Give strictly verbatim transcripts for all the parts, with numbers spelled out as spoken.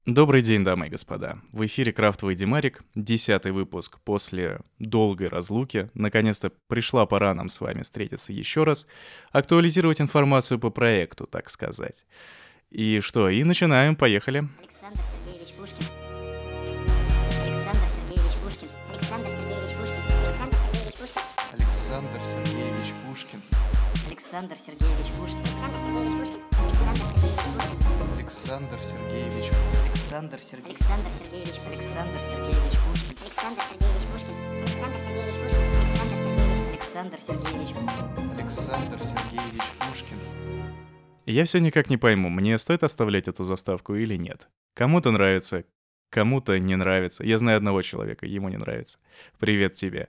Добрый день, дамы и господа. В эфире Крафтовый Димарик, десятый выпуск после долгой разлуки. Наконец-то пришла пора нам с вами встретиться еще раз, актуализировать информацию по проекту, так сказать. И что, и начинаем, поехали. Александр Сергеевич Пушкин. Александр Сергеевич Пушкин. Александр Сергеевич Пушкин. Александр Сергеевич Пушкин. Александр Сергеевич Пушкин. Александр Сергеевич Пушкин. Александр Сергеевич Пушкин. Александр Сергеевич Пушкин. Александр Сергеевич Пушкин. Александр Сергеевич Пушкин. Александр Сергеевич Пушкин. Александр Сергеевич Пушкин. Александр Сергеевич Пушкин. Александр Сергеевич Пушкин. Я все никак не пойму, мне стоит оставлять эту заставку или нет. Кому-то нравится, кому-то не нравится. Я знаю одного человека, ему не нравится. Привет тебе.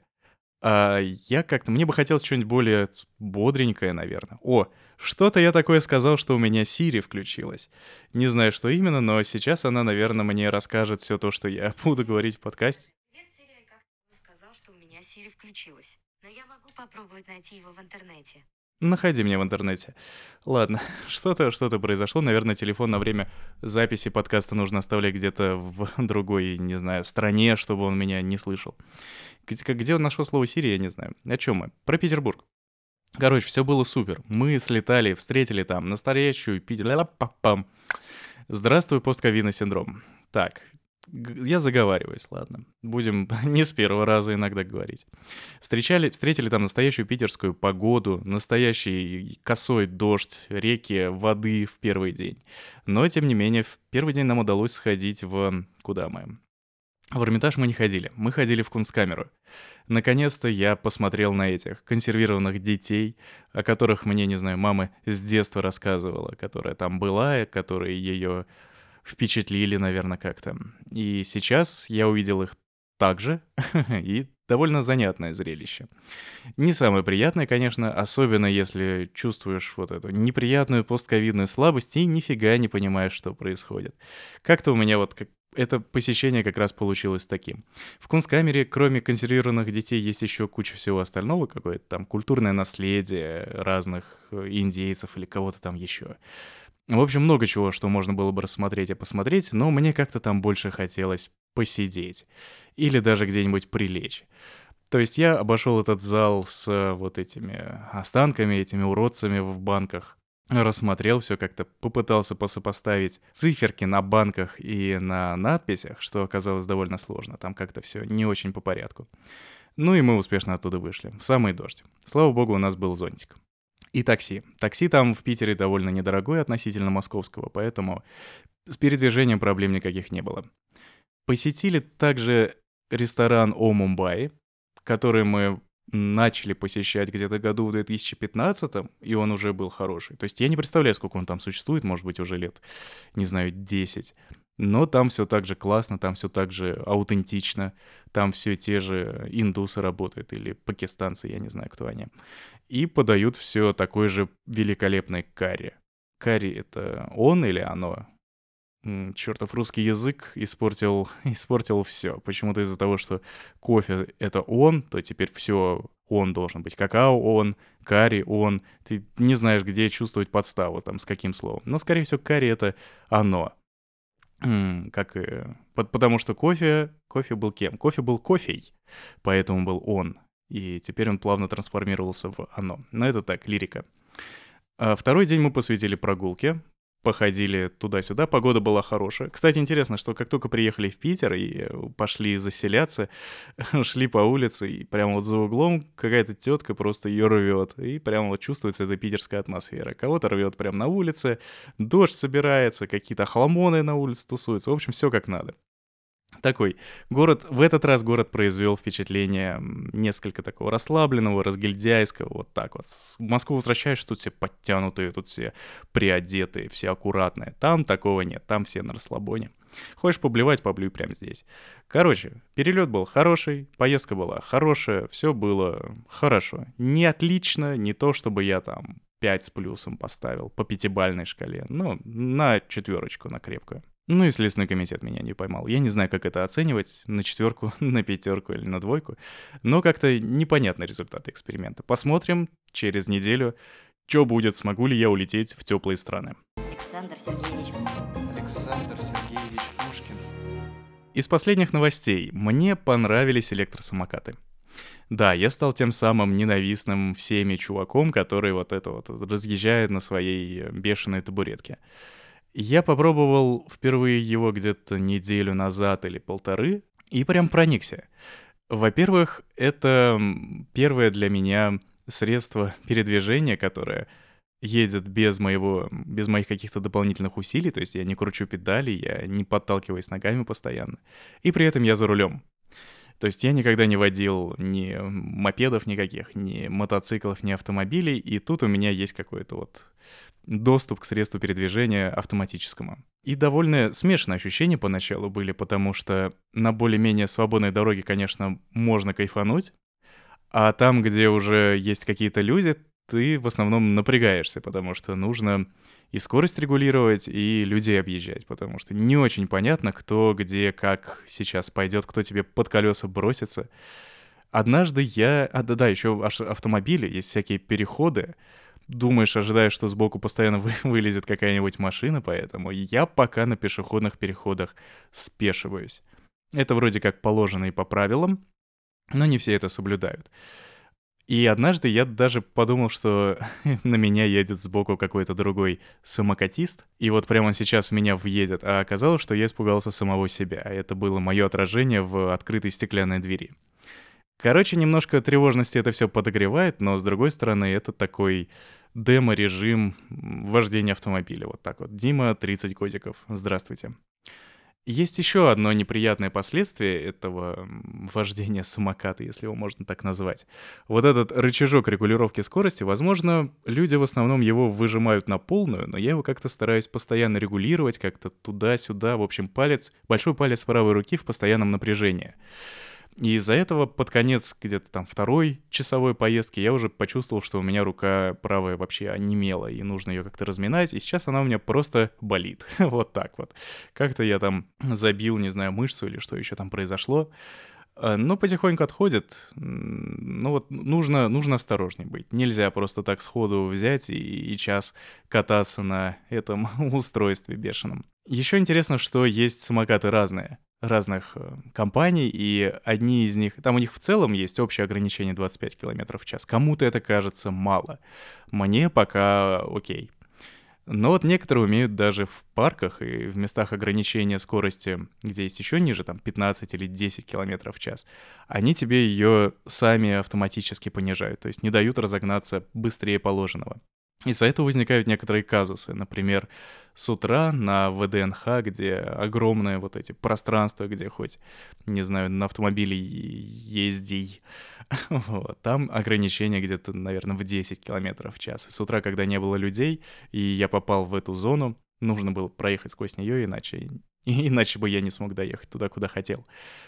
А я как-то... Мне бы хотелось что-нибудь более бодренькое, наверное. О, что-то я такое сказал, что у меня Сири включилась. Не знаю, что именно, но сейчас она, наверное, мне расскажет все то, что я буду говорить в подкасте. Привет, Сири, я как-то сказал, что у меня Сири включилась. Но я могу попробовать найти его в интернете. Находи меня в интернете. Ладно, что-то что-то произошло. Наверное, телефон на время записи подкаста нужно оставлять где-то в другой, не знаю, стране, чтобы он меня не слышал. Где, где он нашел слово «Сири», я не знаю. О чем мы? Про Петербург. Короче, все было супер. Мы слетали, встретили там настоящую Питер... Ла-ла-па-пам. Здравствуй, постковидный синдром. Так, г- я заговариваюсь, ладно. Будем не с первого раза иногда говорить. Встречали, встретили там настоящую питерскую погоду, настоящий косой дождь, реки, воды в первый день. Но, тем не менее, в первый день нам удалось сходить в... Куда мы? В Эрмитаж мы не ходили, мы ходили в Кунсткамеру. Наконец-то я посмотрел на этих консервированных детей, о которых мне, не знаю, мама с детства рассказывала, которая там была, которые ее впечатлили, наверное, как-то. И сейчас я увидел их также, и довольно занятное зрелище. Не самое приятное, конечно, особенно если чувствуешь вот эту неприятную постковидную слабость и нифига не понимаешь, что происходит. Как-то у меня вот как это посещение как раз получилось таким. В Кунсткамере, кроме консервированных детей, есть еще куча всего остального, какое-то там культурное наследие разных э, индейцев или кого-то там еще. В общем, много чего, что можно было бы рассмотреть и посмотреть, но мне как-то там больше хотелось посидеть. Или даже где-нибудь прилечь. То есть я обошел этот зал с э, вот этими останками, этими уродцами в банках. Рассмотрел все как-то, попытался посопоставить циферки на банках и на надписях, что оказалось довольно сложно. Там как-то все не очень по порядку. Ну и мы успешно оттуда вышли. В самый дождь. Слава богу, у нас был зонтик. И такси. Такси там в Питере довольно недорогое относительно московского, поэтому с передвижением проблем никаких не было. Посетили также ресторан «О Мумбаи», который мы начали посещать где-то году в две тысячи пятнадцатом, и он уже был хороший. То есть я не представляю, сколько он там существует, может быть, уже лет, не знаю, десять. Но там все так же классно, там все так же аутентично, там все те же индусы работают или пакистанцы, я не знаю, кто они. И подают все такой же великолепный карри. Карри — это он или оно? М, Чертов русский язык испортил, испортил все. Почему-то из-за того, что кофе — это он, то теперь все он должен быть. Какао он, карри он. Ты не знаешь, где чувствовать подставу, там, с каким словом. Но, скорее всего, карри — это оно. М, Как и... по- Потому что кофе... Кофе был кем? Кофе был кофей, поэтому был он. И теперь он плавно трансформировался в оно. Но это так, лирика. А второй день мы посвятили прогулке. Походили туда-сюда, погода была хорошая. Кстати, интересно, что как только приехали в Питер и э, пошли заселяться, шли по улице, и прямо вот за углом какая-то тетка просто ее рвет. И прямо вот чувствуется эта питерская атмосфера. Кого-то рвет прямо на улице, дождь собирается, какие-то хламоны на улице тусуются. В общем, все как надо. Такой город, в этот раз город произвел впечатление м, несколько такого расслабленного, разгильдяйского, вот так вот. С- В Москву возвращаешься, тут все подтянутые, тут все приодетые, все аккуратные. Там такого нет, там все на расслабоне. Хочешь поблевать, поблюй прямо здесь. Короче, перелет был хороший, поездка была хорошая, все было хорошо. Не отлично, не то чтобы я там пять с плюсом поставил по пятибалльной шкале, но на четверочку, на крепкую. Ну и Следственный комитет меня не поймал. Я не знаю, как это оценивать, на четверку, на пятерку или на двойку, но как-то непонятный результат эксперимента. Посмотрим через неделю, что будет, смогу ли я улететь в теплые страны. Александр Сергеевич Александр Сергеевич Пушкин. Из последних новостей. Мне понравились электросамокаты. Да, я стал тем самым ненавистным всеми чуваком, который вот это вот разъезжает на своей бешеной табуретке. Я попробовал впервые его где-то неделю назад или полторы и прям проникся. Во-первых, это м, первое для меня средство передвижения, которое едет без моего, без моих каких-то дополнительных усилий, то есть я не кручу педали, я не подталкиваюсь ногами постоянно, и при этом я за рулем. То есть я никогда не водил ни мопедов никаких, ни мотоциклов, ни автомобилей, и тут у меня есть какой-то вот доступ к средству передвижения автоматическому. И довольно смешанные ощущения поначалу были, потому что на более-менее свободной дороге, конечно, можно кайфануть, а там, где уже есть какие-то люди, ты в основном напрягаешься, потому что нужно и скорость регулировать, и людей объезжать, потому что не очень понятно, кто, где, как сейчас пойдет, кто тебе под колеса бросится. Однажды я... А, да-да, еще автомобили, есть всякие переходы. Думаешь, ожидаешь, что сбоку постоянно вы, вылезет какая-нибудь машина, поэтому я пока на пешеходных переходах спешиваюсь. Это вроде как положено и по правилам, но не все это соблюдают. И однажды я даже подумал, что на меня едет сбоку какой-то другой самокатист, и вот прямо он сейчас в меня въедет, а оказалось, что я испугался самого себя. Это было мое отражение в открытой стеклянной двери. Короче, немножко тревожности это все подогревает, но, с другой стороны, это такой демо-режим вождения автомобиля. Вот так вот. Дима, тридцать годиков. Здравствуйте. Есть еще одно неприятное последствие этого вождения самоката, если его можно так назвать. Вот этот рычажок регулировки скорости, возможно, люди в основном его выжимают на полную, но я его как-то стараюсь постоянно регулировать, как-то туда-сюда, в общем, палец, большой палец правой руки в постоянном напряжении. И из-за этого под конец где-то там второй часовой поездки я уже почувствовал, что у меня рука правая вообще онемела, и нужно ее как-то разминать, и сейчас она у меня просто болит. Вот так вот. Как-то я там забил, не знаю, мышцу или что еще там произошло. Но потихоньку отходит. Ну вот нужно, нужно осторожней быть. Нельзя просто так сходу взять и, и час кататься на этом устройстве бешеном. Еще интересно, что есть самокаты разные. Разных э, компаний, и одни из них... Там у них в целом есть общее ограничение двадцать пять километров в час. Кому-то это кажется мало. Мне пока окей. Но вот некоторые умеют даже в парках и в местах ограничения скорости, где есть еще ниже, там пятнадцать или десять километров в час, они тебе ее сами автоматически понижают, то есть не дают разогнаться быстрее положенного. Из-за этого возникают некоторые казусы. Например, с утра на ВДНХ, где огромные вот эти пространства, где хоть, не знаю, на автомобиле езди, вот, там ограничение где-то, наверное, в десять километров в час. И с утра, когда не было людей, и я попал в эту зону, нужно было проехать сквозь нее, иначе, иначе бы я не смог доехать туда, куда хотел.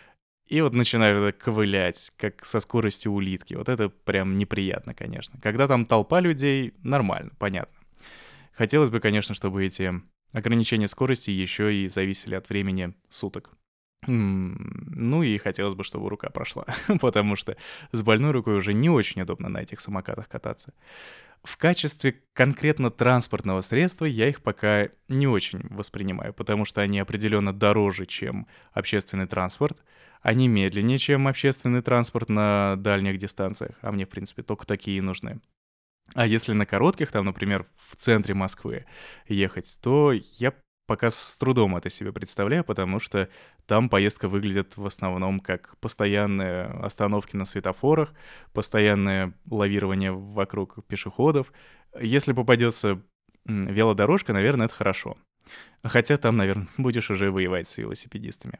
И вот начинаю ковылять, как со скоростью улитки. Вот это прям неприятно, конечно. Когда там толпа людей, нормально, понятно. Хотелось бы, конечно, чтобы эти ограничения скорости еще и зависели от времени суток. М-м, ну и хотелось бы, чтобы рука прошла, потому что с больной рукой уже не очень удобно на этих самокатах кататься. В качестве конкретно транспортного средства я их пока не очень воспринимаю, потому что они определенно дороже, чем общественный транспорт. Они медленнее, чем общественный транспорт на дальних дистанциях, а мне, в принципе, только такие нужны. А если на коротких, там, например, в центре Москвы ехать, то я пока с трудом это себе представляю, потому что там поездка выглядит в основном как постоянные остановки на светофорах, постоянное лавирование вокруг пешеходов. Если попадется велодорожка, наверное, это хорошо. Хотя там, наверное, будешь уже воевать с велосипедистами.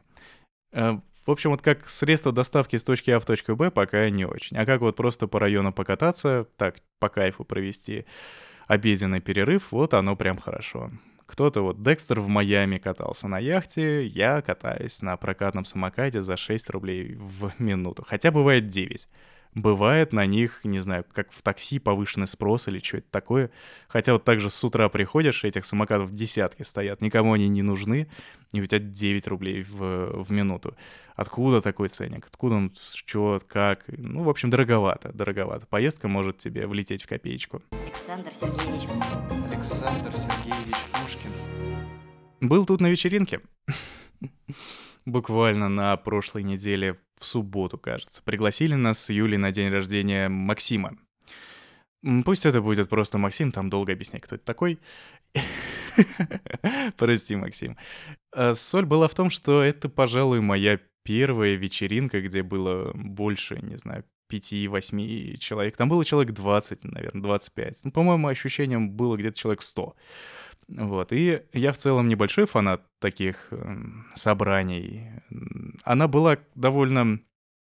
В общем, вот как средство доставки с точки А в точку Б пока не очень. А как вот просто по району покататься, так, по кайфу провести обеденный перерыв, вот оно прям хорошо. Кто-то вот, Декстер в Майами катался на яхте, я катаюсь на прокатном самокате за шесть рублей в минуту. Хотя бывает девять. Бывает на них, не знаю, как в такси повышенный спрос или что-то такое. Хотя вот так же с утра приходишь, этих самокатов десятки стоят, никому они не нужны, и у тебя девять рублей в, в минуту. Откуда такой ценник? Откуда он, что, как? Ну, в общем, дороговато, дороговато. Поездка может тебе влететь в копеечку. Александр Сергеевич. Александр Сергеевич Пушкин. Был тут на вечеринке. буквально на прошлой неделе, в субботу, кажется, пригласили нас с Юлей на день рождения Максима. М, Пусть это будет просто Максим, там долго объяснять, кто это такой. Прости, Максим. А Соль была в том, что это, пожалуй, моя первая вечеринка, где было больше, не знаю, пяти-восьми человек. Там было человек двадцать, наверное, двадцать пять. Ну, по моему ощущениям, было где-то человек сто. Вот, и я в целом небольшой фанат таких эм, собраний. М, Она была довольно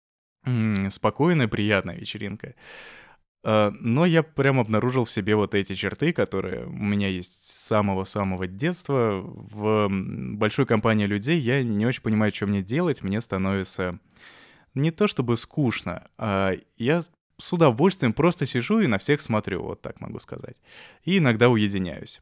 м, спокойная, приятная вечеринка. А, Но я прям обнаружил в себе вот эти черты, которые у меня есть с самого-самого детства. В м, большой компании людей я не очень понимаю, что мне делать. Мне становится не то чтобы скучно, а я с удовольствием просто сижу и на всех смотрю, вот так могу сказать. И иногда уединяюсь.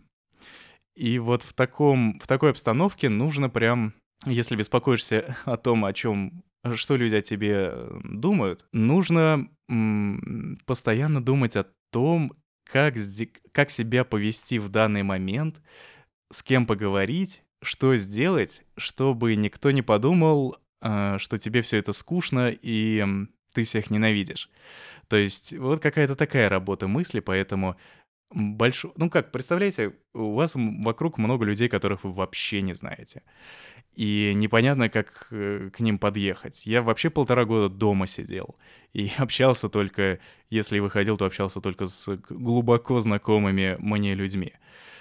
И вот в таком, в такой обстановке нужно прям, если беспокоишься о том, о чем, что люди о тебе э, думают, нужно м, постоянно думать о том, как, сде- как себя повести в данный момент, с кем поговорить, что сделать, чтобы никто не подумал, а, что тебе все это скучно и м, ты всех ненавидишь. То есть вот какая-то такая работа мысли, поэтому большой... Ну как, представляете, у вас м- вокруг много людей, которых вы вообще не знаете. И непонятно, как э, к ним подъехать. Я вообще полтора года дома сидел. И общался только, если выходил, то общался только с г- глубоко знакомыми мне людьми.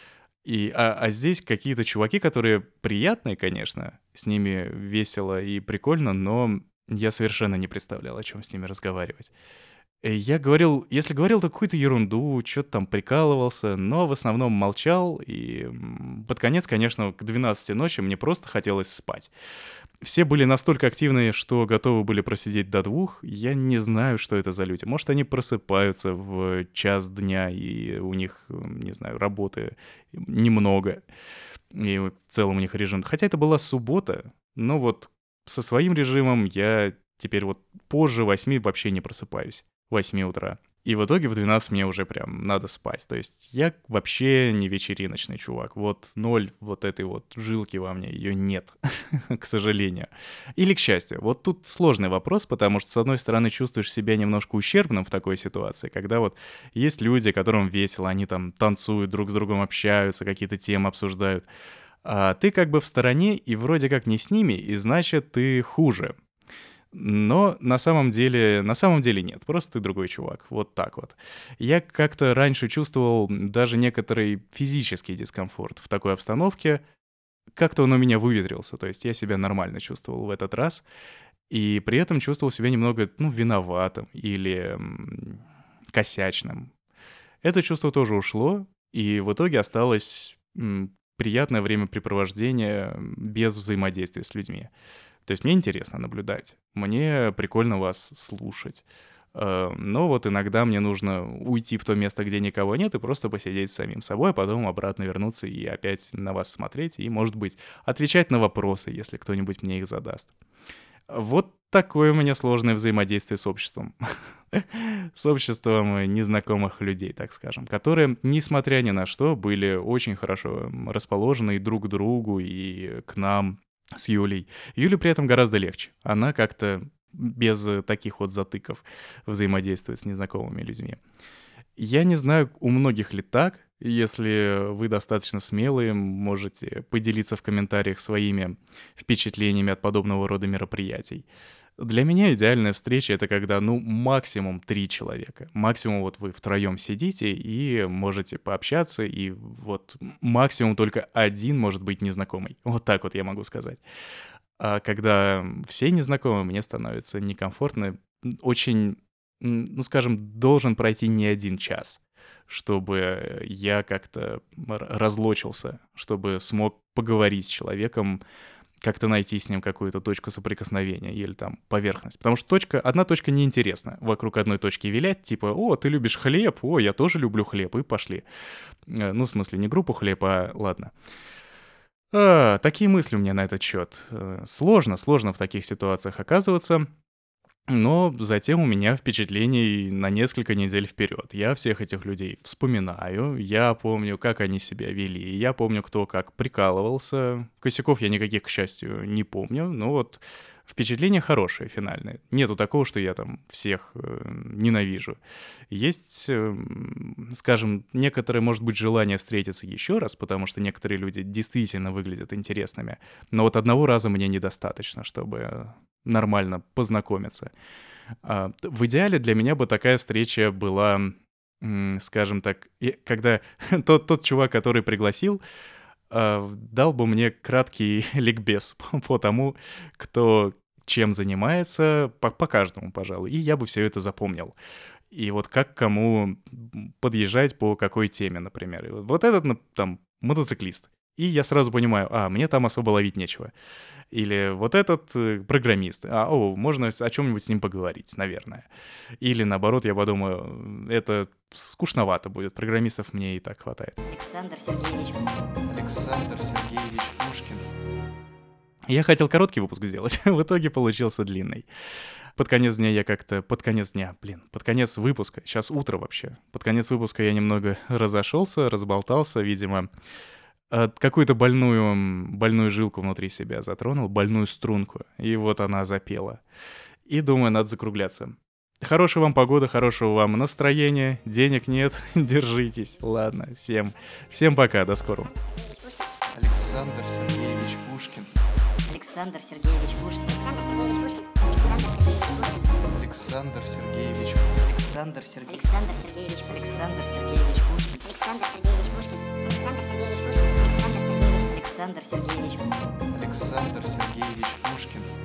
И, а, а здесь какие-то чуваки, которые приятные, конечно, с ними весело и прикольно, но я совершенно не представлял, о чем с ними разговаривать. Э, Я говорил, если говорил, то какую-то ерунду, что-то там прикалывался, но в основном молчал, и м, под конец, конечно, к двенадцати ночи мне просто хотелось спать. Все были настолько активные, что готовы были просидеть до двух. Я не знаю, что это за люди. Может, они просыпаются в час дня, и у них, м, не знаю, работы немного, и в целом у них режим. Хотя это была суббота, но вот со своим режимом я теперь вот позже восьми вообще не просыпаюсь. восьми утра. И в итоге в двенадцать мне уже прям надо спать. То есть я вообще не вечериночный чувак. Вот ноль вот этой вот жилки во мне, ее нет, к сожалению. Или к счастью. Вот тут сложный вопрос, потому что, с одной стороны, чувствуешь себя немножко ущербным в такой ситуации, когда вот есть люди, которым весело, они там танцуют, друг с другом общаются, какие-то темы обсуждают. А ты как бы в стороне и вроде как не с ними, и значит, ты хуже. Но на самом деле, на самом деле нет, просто ты другой чувак, вот так вот. Я как-то раньше чувствовал даже некоторый физический дискомфорт в такой обстановке, как-то он у меня выветрился, то есть я себя нормально чувствовал в этот раз, и при этом чувствовал себя немного, ну, виноватым или м, косячным. Это чувство тоже ушло, и в итоге осталось м, приятное времяпрепровождение без взаимодействия с людьми. То есть мне интересно наблюдать, мне прикольно вас слушать. Э, Но вот иногда мне нужно уйти в то место, где никого нет, и просто посидеть с самим собой, а потом обратно вернуться и опять на вас смотреть, и, может быть, отвечать на вопросы, если кто-нибудь мне их задаст. Вот такое у меня сложное взаимодействие с обществом. С обществом незнакомых людей, так скажем, которые, несмотря ни на что, были очень хорошо расположены и друг к другу, и к нам с Юлей. Юле при этом гораздо легче. Она как-то без таких вот затыков взаимодействует с незнакомыми людьми. Я не знаю, у многих ли так. Если вы достаточно смелые, можете поделиться в комментариях своими впечатлениями от подобного рода мероприятий. Для меня идеальная встреча — это когда, ну, максимум три человека. Максимум вот вы втроем сидите и можете пообщаться, и вот максимум только один может быть незнакомый. Вот так вот я могу сказать. А когда все незнакомые, мне становится некомфортно. Очень, м, ну, скажем, должен пройти не один час, чтобы я как-то р- разлочился, чтобы смог поговорить с человеком, как-то найти с ним какую-то точку соприкосновения или там поверхность. Потому что точка, одна точка неинтересна. Вокруг одной точки вилять, типа, о, ты любишь хлеб, о, я тоже люблю хлеб, и пошли. Э, Ну, в смысле, не группу хлеб, а ладно. А, такие мысли у меня на этот счет. Э, Сложно, сложно в таких ситуациях оказываться. Но затем у меня впечатлений на несколько недель вперед. Я всех этих людей вспоминаю, я помню, как они себя вели, я помню, кто как прикалывался. Косяков я никаких, к счастью, не помню, но вот впечатления хорошие, финальные. Нету такого, что я там всех э, ненавижу. Есть, э, скажем, некоторое, может быть, желание встретиться еще раз, потому что некоторые люди действительно выглядят интересными. Но вот одного раза мне недостаточно, чтобы нормально познакомиться. А, В идеале для меня бы такая встреча была, м, скажем так, и- когда тот, тот чувак, который пригласил, а, дал бы мне краткий ликбез по, по тому, кто чем занимается, по, по каждому, пожалуй, и я бы все это запомнил. И вот как кому м, подъезжать по какой теме, например. И вот вот этот, нап- там, мотоциклист. И я сразу понимаю, а, мне там особо ловить нечего. Или вот этот э, программист. А, о, можно с- о чем-нибудь с ним поговорить, наверное. Или наоборот, я подумаю, это скучновато будет, программистов мне и так хватает. Александр Сергеевич. Александр Сергеевич Пушкин. Я хотел короткий выпуск сделать, в итоге получился длинный. Под конец дня я как-то... Под конец дня, блин, под конец выпуска, сейчас утро вообще. Под конец выпуска я немного разошелся, разболтался, видимо, э, какую-то больную, м, больную жилку внутри себя затронул, больную струнку, и вот она запела. И думаю, надо закругляться. Хорошей вам погоды, хорошего вам настроения, денег нет, держитесь. Ладно, всем, всем пока, до скорого. Александр Сергеевич Пушкин. Александр Сергеевич Пушкин. Александр Сергеевич Пушкин. Александр Александр Сергеевич. Сергеевич Пушкин. Александр Сергеевич Пушкин. Александр Сергеевич Пушкин. Александр Сергеевич Пушкин. Александр Сергеевич Пушкин. Александр Сергеевич Пушкин.